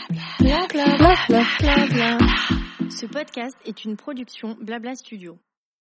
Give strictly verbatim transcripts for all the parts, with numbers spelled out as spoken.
Bla bla bla bla bla bla. Ce podcast est une production Blabla Studio.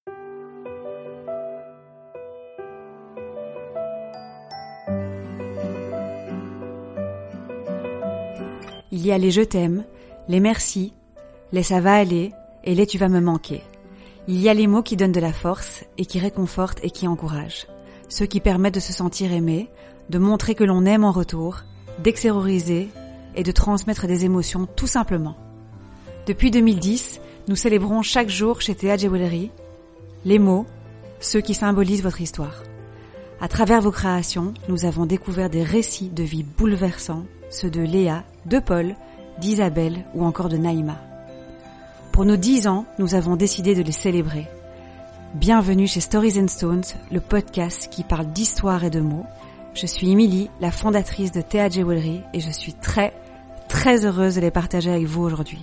Il y a les je t'aime, les merci, les ça va aller et les tu vas me manquer. Il y a les mots qui donnent de la force et qui réconfortent et qui encouragent. Ceux qui permettent de se sentir aimé, de montrer que l'on aime en retour, d'extérioriser et de transmettre des émotions tout simplement. Depuis deux mille dix, nous célébrons chaque jour chez T A Jewelry les mots, ceux qui symbolisent votre histoire. À travers vos créations, nous avons découvert des récits de vie bouleversants, ceux de Léa, de Paul, d'Isabelle ou encore de Naïma. Pour nos dix ans, nous avons décidé de les célébrer. Bienvenue chez Stories and Stones, le podcast qui parle d'histoire et de mots. Je suis Émilie, la fondatrice de T A Jewelry et je suis très, très heureuse de les partager avec vous aujourd'hui.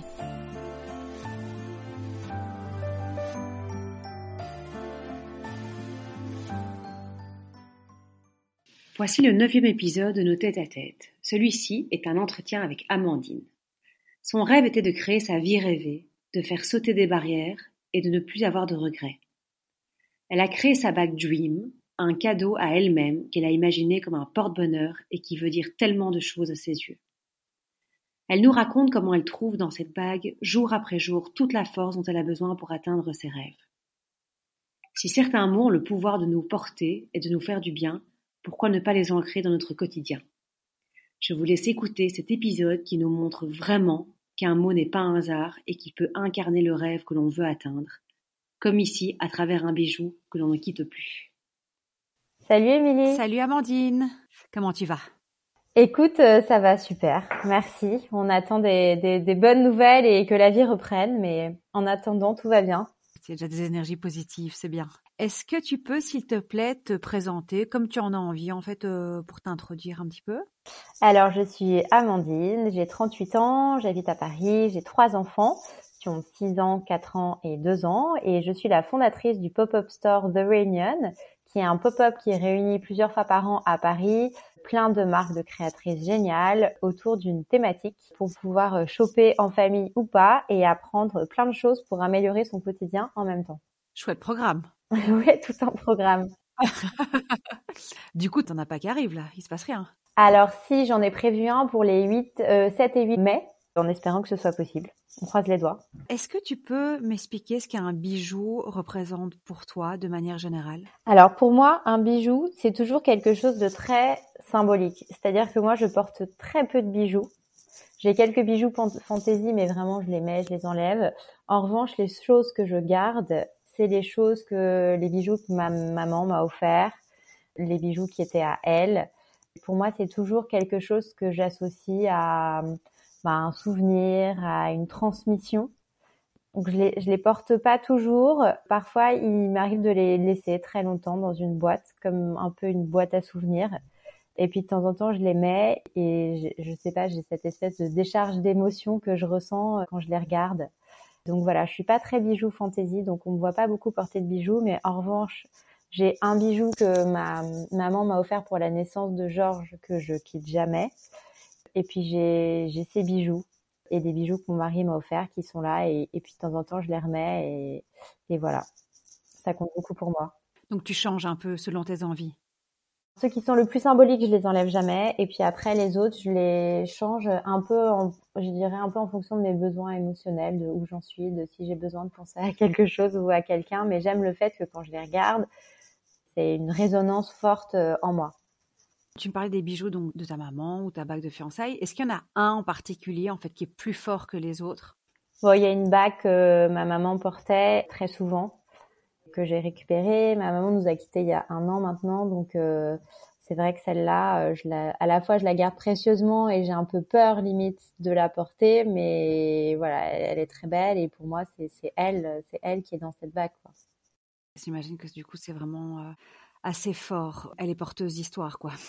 Voici le neuvième épisode de nos tête-à-tête. Celui-ci est un entretien avec Amandine. Son rêve était de créer sa vie rêvée, de faire sauter des barrières et de ne plus avoir de regrets. Elle a créé sa bague Dream, un cadeau à elle-même qu'elle a imaginé comme un porte-bonheur et qui veut dire tellement de choses à ses yeux. Elle nous raconte comment elle trouve dans cette bague, jour après jour, toute la force dont elle a besoin pour atteindre ses rêves. Si certains mots ont le pouvoir de nous porter et de nous faire du bien, pourquoi ne pas les ancrer dans notre quotidien ? Je vous laisse écouter cet épisode qui nous montre vraiment qu'un mot n'est pas un hasard et qu'il peut incarner le rêve que l'on veut atteindre, comme ici à travers un bijou que l'on ne quitte plus. Salut Émilie. Salut Amandine, comment tu vas ? Écoute, euh, ça va super, merci. On attend des, des, des bonnes nouvelles et que la vie reprenne, mais en attendant, tout va bien. Il y a déjà des énergies positives, c'est bien. Est-ce que tu peux, s'il te plaît, te présenter comme tu en as envie, en fait, euh, pour t'introduire un petit peu ? Alors, je suis Amandine, j'ai trente-huit ans, j'habite à Paris, j'ai trois enfants qui ont six ans, quatre ans et deux ans, et je suis la fondatrice du pop-up store The Réunion, qui est un pop-up qui réunit plusieurs fois par an à Paris plein de marques de créatrices géniales autour d'une thématique pour pouvoir choper en famille ou pas et apprendre plein de choses pour améliorer son quotidien en même temps. Chouette programme. Oui, tout un programme. Du coup, t'en as pas qui arrive là, il se passe rien. Alors si, j'en ai prévu un pour les huit, euh, sept et huit mai, en espérant que ce soit possible. On croise les doigts. Est-ce que tu peux m'expliquer ce qu'un bijou représente pour toi de manière générale ? Alors pour moi, un bijou, c'est toujours quelque chose de très symbolique. C'est-à-dire que moi, je porte très peu de bijoux. J'ai quelques bijoux fantaisie, mais vraiment, je les mets, je les enlève. En revanche, les choses que je garde, c'est les choses que, les bijoux que ma maman m'a offert, les bijoux qui étaient à elle. Pour moi, c'est toujours quelque chose que j'associe à, bah, un souvenir, à une transmission. Donc, je les, je les porte pas toujours. Parfois, il m'arrive de les laisser très longtemps dans une boîte, comme un peu une boîte à souvenirs. Et puis, de temps en temps, je les mets et je, je sais pas, j'ai cette espèce de décharge d'émotions que je ressens quand je les regarde. Donc voilà, je suis pas très bijou fantaisie, donc on me voit pas beaucoup porter de bijoux. Mais en revanche, j'ai un bijou que ma maman m'a offert pour la naissance de Georges que je quitte jamais. Et puis, j'ai, j'ai ces bijoux. Et des bijoux que mon mari m'a offerts qui sont là et, et puis de temps en temps je les remets et, et voilà, ça compte beaucoup pour moi. Donc tu changes un peu selon tes envies. Ceux qui sont le plus symboliques, je les enlève jamais et puis après les autres, je les change un peu, en, je dirais un peu en fonction de mes besoins émotionnels, de où j'en suis, de si j'ai besoin de penser à quelque chose ou à quelqu'un, mais j'aime le fait que quand je les regarde, c'est une résonance forte en moi. Tu me parlais des bijoux donc de ta maman ou ta bague de fiançailles. Est-ce qu'il y en a un en particulier en fait qui est plus fort que les autres ? Bon, il y a une bague que ma maman portait très souvent, que j'ai récupérée. Ma maman nous a quittés il y a un an maintenant, donc euh, c'est vrai que celle-là, je la, à la fois je la garde précieusement et j'ai un peu peur limite de la porter, mais voilà, elle, elle est très belle et pour moi c'est, c'est elle, c'est elle qui est dans cette bague, quoi. J'imagine que du coup c'est vraiment euh, assez fort. Elle est porteuse d'histoire, quoi.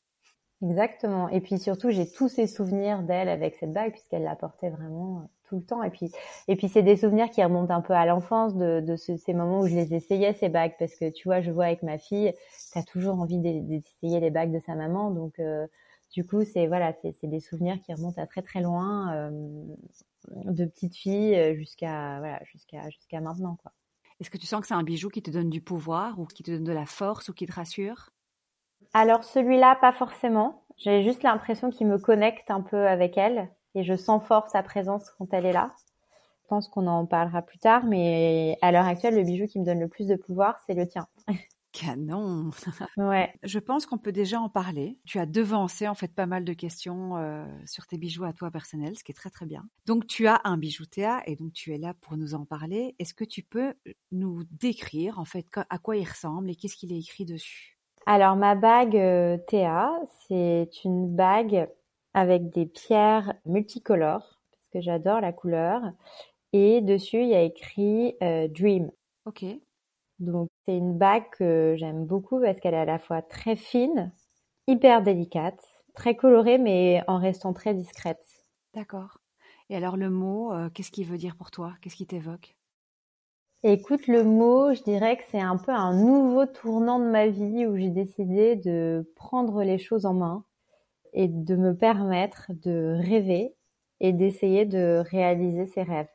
Exactement. Et puis surtout, j'ai tous ces souvenirs d'elle avec cette bague puisqu'elle la portait vraiment tout le temps. Et puis, et puis c'est des souvenirs qui remontent un peu à l'enfance de, de ce, ces moments où je les essayais, ces bagues. Parce que tu vois, je vois avec ma fille, t'as toujours envie d'essayer les bagues de sa maman. Donc, euh, Du coup, c'est voilà, c'est, c'est des souvenirs qui remontent à très très loin, euh, de petite fille jusqu'à voilà, jusqu'à jusqu'à maintenant, quoi. Est-ce que tu sens que c'est un bijou qui te donne du pouvoir ou qui te donne de la force ou qui te rassure? Alors celui-là, pas forcément. J'ai juste l'impression qu'il me connecte un peu avec elle et je sens fort sa présence quand elle est là. Je pense qu'on en parlera plus tard, mais à l'heure actuelle, le bijou qui me donne le plus de pouvoir, c'est le tien. Canon! Ouais. Je pense qu'on peut déjà en parler. Tu as devancé en fait pas mal de questions euh, sur tes bijoux à toi personnels, ce qui est très très bien. Donc tu as un bijou Théa et donc tu es là pour nous en parler. Est-ce que tu peux nous décrire en fait à quoi il ressemble et qu'est-ce qu'il est écrit dessus? Alors ma bague euh, Théa, c'est une bague avec des pierres multicolores parce que j'adore la couleur et dessus il y a écrit euh, Dream. Ok. Donc c'est une bague que j'aime beaucoup parce qu'elle est à la fois très fine, hyper délicate, très colorée mais en restant très discrète. D'accord. Et alors le mot, euh, qu'est-ce qu'il veut dire pour toi? Qu'est-ce qui t'évoque? Écoute, le mot, je dirais que c'est un peu un nouveau tournant de ma vie où j'ai décidé de prendre les choses en main et de me permettre de rêver et d'essayer de réaliser ses rêves.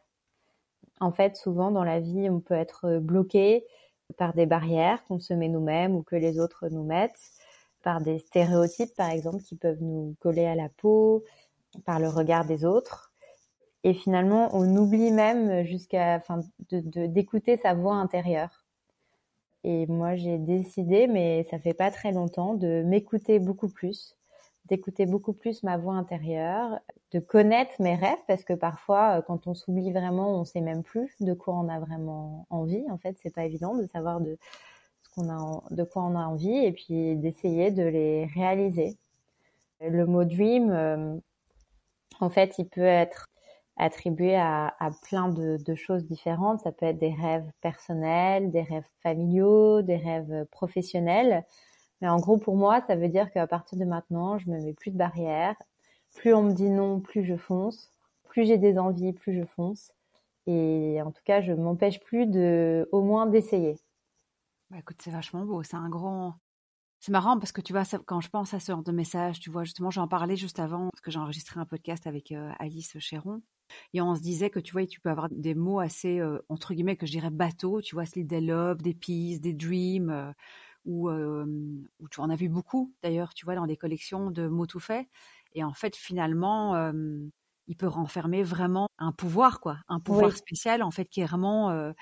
En fait, souvent dans la vie, on peut être bloqué par des barrières qu'on se met nous-mêmes ou que les autres nous mettent, par des stéréotypes par exemple qui peuvent nous coller à la peau, par le regard des autres. Et finalement, on oublie même jusqu'à, enfin, de, de, d'écouter sa voix intérieure. Et moi, j'ai décidé, mais ça fait pas très longtemps, de m'écouter beaucoup plus, d'écouter beaucoup plus ma voix intérieure, de connaître mes rêves, parce que parfois, quand on s'oublie vraiment, on sait même plus de quoi on a vraiment envie. En fait, c'est pas évident de savoir de ce qu'on a, de quoi on a envie, et puis d'essayer de les réaliser. Le mot dream, euh, en fait, il peut être attribué à, à plein de, de choses différentes. Ça peut être des rêves personnels, des rêves familiaux, des rêves professionnels. Mais en gros, pour moi, ça veut dire qu'à partir de maintenant, je me mets plus de barrières. Plus on me dit non, plus je fonce. Plus j'ai des envies, plus je fonce. Et en tout cas, je m'empêche plus de, au moins d'essayer. Bah écoute, c'est vachement beau. C'est un grand. C'est marrant parce que tu vois, ça, quand je pense à ce genre de message, tu vois, justement, j'en parlais juste avant parce que j'ai enregistré un podcast avec euh, Alice Chéron. Et on se disait que, tu vois, tu peux avoir des mots assez, euh, entre guillemets, que je dirais bateaux, tu vois, c'est des love, des peace, des dreams, euh, ou, euh, ou tu en as vu beaucoup, d'ailleurs, tu vois, dans des collections de mots tout faits. Et en fait, finalement, euh, il peut renfermer vraiment un pouvoir, quoi, un pouvoir Oui. spécial, en fait, qui est vraiment euh,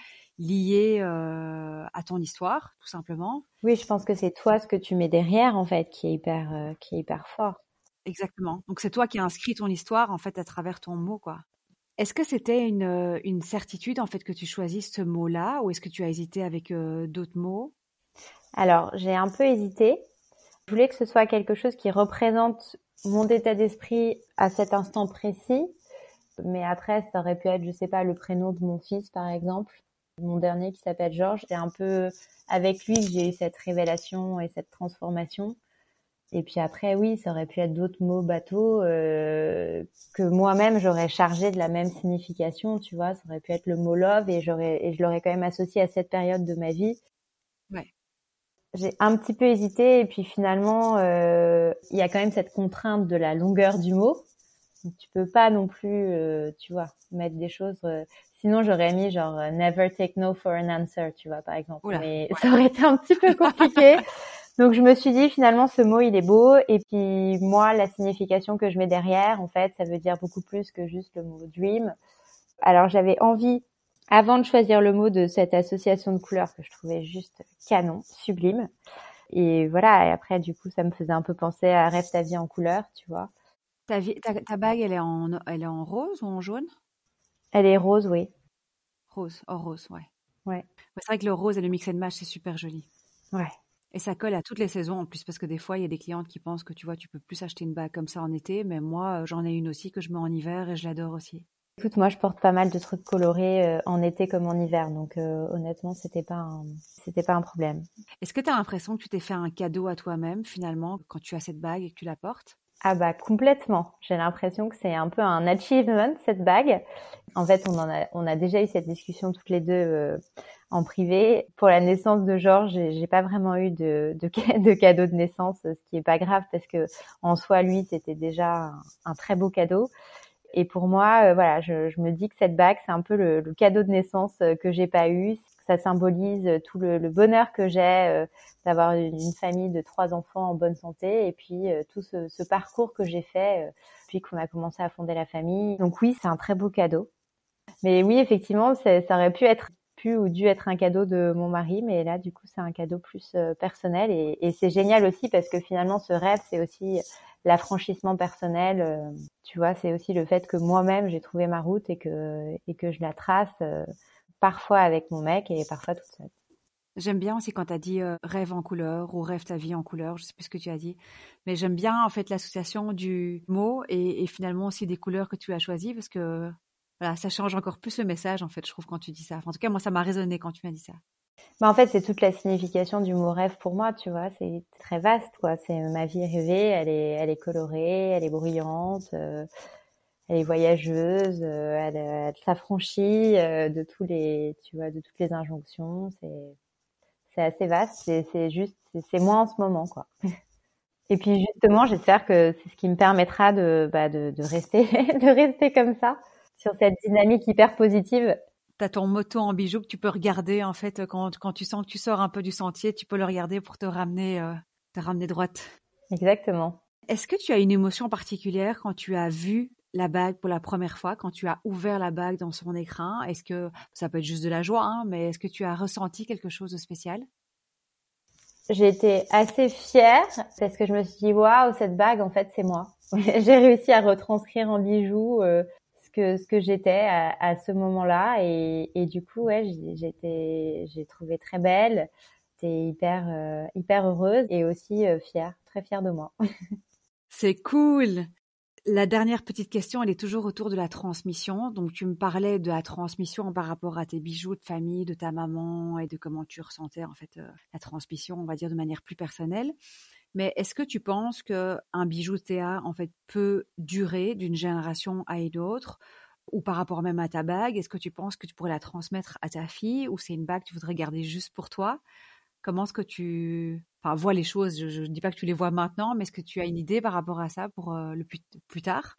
lié euh, à ton histoire, tout simplement. Oui, je pense que c'est toi ce que tu mets derrière, en fait, qui est hyper, euh, qui est hyper fort. Exactement. Donc c'est toi qui as inscrit ton histoire en fait à travers ton mot, quoi. Est-ce que c'était une, euh, une certitude en fait que tu choisisses ce mot-là ou est-ce que tu as hésité avec euh, d'autres mots? Alors, j'ai un peu hésité. Je voulais que ce soit quelque chose qui représente mon état d'esprit à cet instant précis. Mais après, ça aurait pu être, je sais pas, le prénom de mon fils, par exemple. Mon dernier qui s'appelle Georges. C'est un peu avec lui que j'ai eu cette révélation et cette transformation. Et puis après, oui, ça aurait pu être d'autres mots bateaux euh, que moi-même j'aurais chargé de la même signification, tu vois. Ça aurait pu être le mot love et j'aurais et je l'aurais quand même associé à cette période de ma vie. Ouais. J'ai un petit peu hésité et puis finalement, euh, il y a quand même cette contrainte de la longueur du mot. Donc, tu peux pas non plus, euh, tu vois, mettre des choses. Euh, sinon, j'aurais mis genre euh, never take no for an answer, tu vois, par exemple. Oula, Mais ouais. ça aurait été un petit peu compliqué. Donc, je me suis dit finalement, ce mot, il est beau. Et puis moi, la signification que je mets derrière, en fait, ça veut dire beaucoup plus que juste le mot dream. Alors, j'avais envie, avant de choisir le mot, de cette association de couleurs que je trouvais juste canon, sublime. Et voilà. Et après, du coup, ça me faisait un peu penser à Rêve ta vie en couleurs, tu vois. Ta, vie- ta, ta bague, elle est en, elle est en rose ou en jaune? Elle est rose, oui. Rose, oh rose, ouais. Ouais. Ouais, c'est vrai que le rose et le mix and match, c'est super joli. Ouais. Et ça colle à toutes les saisons en plus parce que des fois, il y a des clientes qui pensent que tu vois, tu peux plus acheter une bague comme ça en été, mais moi, euh, j'en ai une aussi que je mets en hiver et je l'adore aussi. Écoute, moi, je porte pas mal de trucs colorés euh, en été comme en hiver, donc euh, honnêtement, c'était pas un, c'était pas un problème. Est-ce que tu as l'impression que tu t'es fait un cadeau à toi-même finalement quand tu as cette bague et que tu la portes? Ah bah complètement. J'ai l'impression que c'est un peu un achievement cette bague. En fait, on en a, on a déjà eu cette discussion toutes les deux euh, en privé. Pour la naissance de Georges, j'ai, j'ai pas vraiment eu de, de, de cadeau de naissance, ce qui est pas grave parce que en soi, lui, c'était déjà un, un très beau cadeau. Et pour moi, euh, voilà, je, je me dis que cette bague, c'est un peu le, le cadeau de naissance euh, que j'ai pas eu. Ça symbolise tout le, le bonheur que j'ai euh, d'avoir une, une famille de trois enfants en bonne santé et puis euh, tout ce, ce parcours que j'ai fait euh, depuis qu'on a commencé à fonder la famille. Donc oui, c'est un très beau cadeau. Mais oui, effectivement, ça aurait pu être pu ou dû être un cadeau de mon mari, mais là, du coup, c'est un cadeau plus euh, personnel et, et c'est génial aussi parce que finalement, ce rêve, c'est aussi l'affranchissement personnel. Euh, tu vois, c'est aussi le fait que moi-même, j'ai trouvé ma route et que et que je la trace euh, parfois avec mon mec et parfois toute seule. J'aime bien aussi quand tu as dit euh, rêve en couleur ou rêve ta vie en couleur, je sais plus ce que tu as dit, mais j'aime bien en fait l'association du mot et, et finalement aussi des couleurs que tu as choisies parce que voilà, ça change encore plus le message en fait, je trouve quand tu dis ça. Enfin, en tout cas, moi ça m'a résonné quand tu m'as dit ça. Bah en fait, c'est toute la signification du mot rêve pour moi, tu vois, c'est très vaste quoi, c'est ma vie rêvée, elle est elle est colorée, elle est bruyante. Euh, Elle est voyageuse, euh, elle, elle s'affranchit euh, de tous les, tu vois, de toutes les injonctions. C'est, c'est assez vaste. C'est, c'est juste, c'est, c'est moi en ce moment, quoi. Et puis justement, j'espère que c'est ce qui me permettra de, bah, de, de rester, de rester comme ça, sur cette dynamique hyper positive. T'as ton moto en bijoux que tu peux regarder en fait quand quand tu sens que tu sors un peu du sentier, tu peux le regarder pour te ramener, euh, te ramener droite. Exactement. Est-ce que tu as une émotion particulière quand tu as vu la bague pour la première fois, quand tu as ouvert la bague dans son écrin? Est-ce que ça peut être juste de la joie, hein, mais est-ce que tu as ressenti quelque chose de spécial? J'ai été assez fière parce que je me suis dit waouh, cette bague en fait c'est moi. J'ai réussi à retranscrire en bijoux euh, ce que ce que j'étais à, à ce moment-là et, et du coup ouais j'ai, j'étais j'ai trouvé très belle, j'étais hyper euh, hyper heureuse et aussi euh, fière, très fière de moi. C'est cool. La dernière petite question, elle est toujours autour de la transmission. Donc, tu me parlais de la transmission par rapport à tes bijoux de famille, de ta maman et de comment tu ressentais en fait euh, la transmission, on va dire de manière plus personnelle. Mais est-ce que tu penses que un bijou Théa en fait peut durer d'une génération à une autre, ou par rapport même à ta bague? Est-ce que tu penses que tu pourrais la transmettre à ta fille, ou c'est une bague que tu voudrais garder juste pour toi? Comment est-ce que tu enfin, vois les choses? Je ne dis pas que tu les vois maintenant, mais est-ce que tu as une idée par rapport à ça pour euh, le plus, plus tard?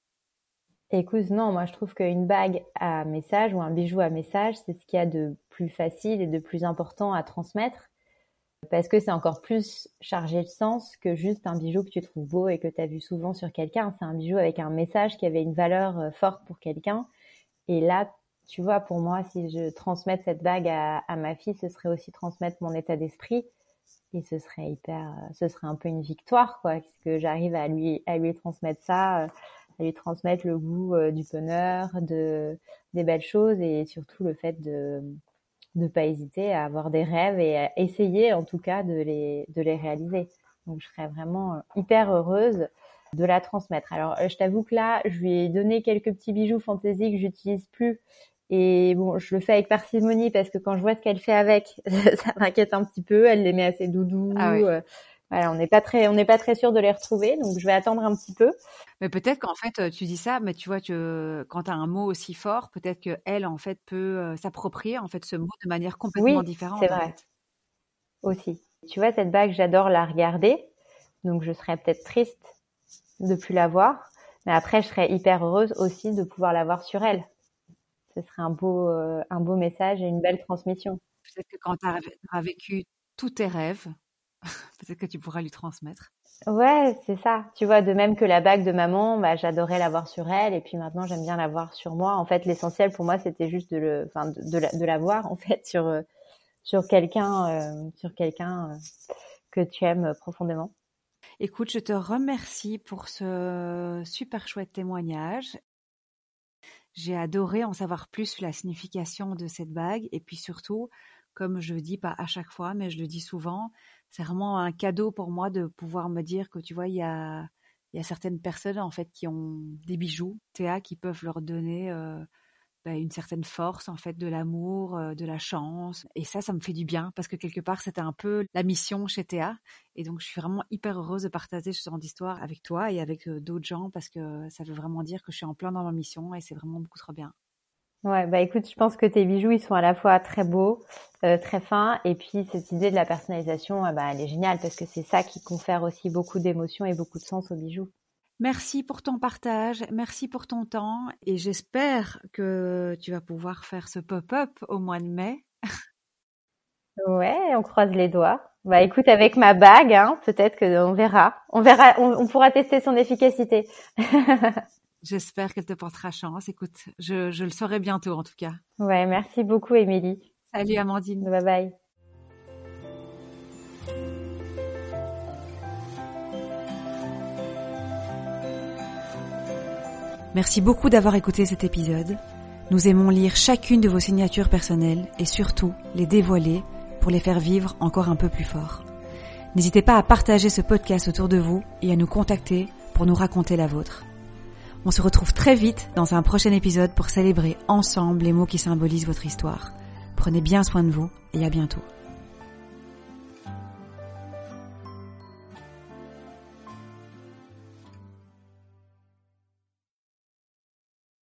Écoute, non, moi je trouve qu'une bague à message ou un bijou à message, c'est ce qu'il y a de plus facile et de plus important à transmettre. Parce que c'est encore plus chargé de sens que juste un bijou que tu trouves beau et que tu as vu souvent sur quelqu'un. C'est un bijou avec un message qui avait une valeur euh, forte pour quelqu'un. Et là, tu vois, pour moi, si je transmets cette bague à, à ma fille, ce serait aussi transmettre mon état d'esprit. Et ce serait hyper, euh, ce serait un peu une victoire, quoi, parce que j'arrive à lui, à lui transmettre ça, euh, à lui transmettre le goût euh, du bonheur, de, des belles choses et surtout le fait de, de pas hésiter à avoir des rêves et à essayer en tout cas de les de les réaliser. Donc je serais vraiment hyper heureuse de la transmettre. Alors je t'avoue que là, je lui ai donné quelques petits bijoux fantaisie que j'utilise plus et bon, je le fais avec parcimonie parce que quand je vois ce qu'elle fait avec, ça m'inquiète un petit peu, elle les met assez doudou. Ah oui. Euh, voilà, on n'est pas très on n'est pas très sûr de les retrouver, donc je vais attendre un petit peu. Mais peut-être qu'en fait, euh, tu dis ça, mais tu vois, tu, quand tu as un mot aussi fort, peut-être qu'elle, en fait, peut euh, s'approprier en fait ce mot de manière complètement Oui, c'est différente, en vrai fait. aussi. Tu vois cette bague, j'adore la regarder, donc je serais peut-être triste de plus la voir. Mais après, je serais hyper heureuse aussi de pouvoir la voir sur elle. Ce serait un beau, euh, un beau message et une belle transmission. Peut-être que quand tu as vécu tous tes rêves, peut-être que tu pourras lui transmettre. Ouais, c'est ça. Tu vois, de même que la bague de maman, bah, j'adorais la voir sur elle, et puis maintenant j'aime bien la voir sur moi. En fait, l'essentiel pour moi, c'était juste de le, enfin, de, de, la, de la voir en fait sur euh, sur quelqu'un, euh, sur quelqu'un euh, que tu aimes profondément. Écoute, je te remercie pour ce super chouette témoignage. J'ai adoré en savoir plus sur la signification de cette bague et puis surtout, comme je le dis pas à chaque fois, mais je le dis souvent, c'est vraiment un cadeau pour moi de pouvoir me dire que tu vois, il y a, il y a certaines personnes en fait qui ont des bijoux, Théa, qui peuvent leur donner euh, bah, une certaine force en fait, de l'amour, euh, de la chance. Et ça, ça me fait du bien parce que quelque part, c'était un peu la mission chez Théa. Et donc, je suis vraiment hyper heureuse de partager ce genre d'histoire avec toi et avec euh, d'autres gens parce que ça veut vraiment dire que je suis en plein dans ma mission et c'est vraiment beaucoup trop bien. Ouais, bah écoute, je pense que tes bijoux, ils sont à la fois très beaux, euh, très fins, et puis cette idée de la personnalisation, euh, bah, elle est géniale parce que c'est ça qui confère aussi beaucoup d'émotions et beaucoup de sens aux bijoux. Merci pour ton partage, merci pour ton temps et j'espère que tu vas pouvoir faire ce pop-up au mois de mai. Ouais, on croise les doigts. Bah écoute, avec ma bague, hein, peut-être que on verra, on verra, on, on pourra tester son efficacité. J'espère qu'elle te portera chance. Écoute, je, je le saurai bientôt en tout cas. Ouais, merci beaucoup, Émilie. Salut Amandine. Bye bye. Merci beaucoup d'avoir écouté cet épisode. Nous aimons lire chacune de vos signatures personnelles et surtout les dévoiler pour les faire vivre encore un peu plus fort. N'hésitez pas à partager ce podcast autour de vous et à nous contacter pour nous raconter la vôtre. On se retrouve très vite dans un prochain épisode pour célébrer ensemble les mots qui symbolisent votre histoire. Prenez bien soin de vous et à bientôt.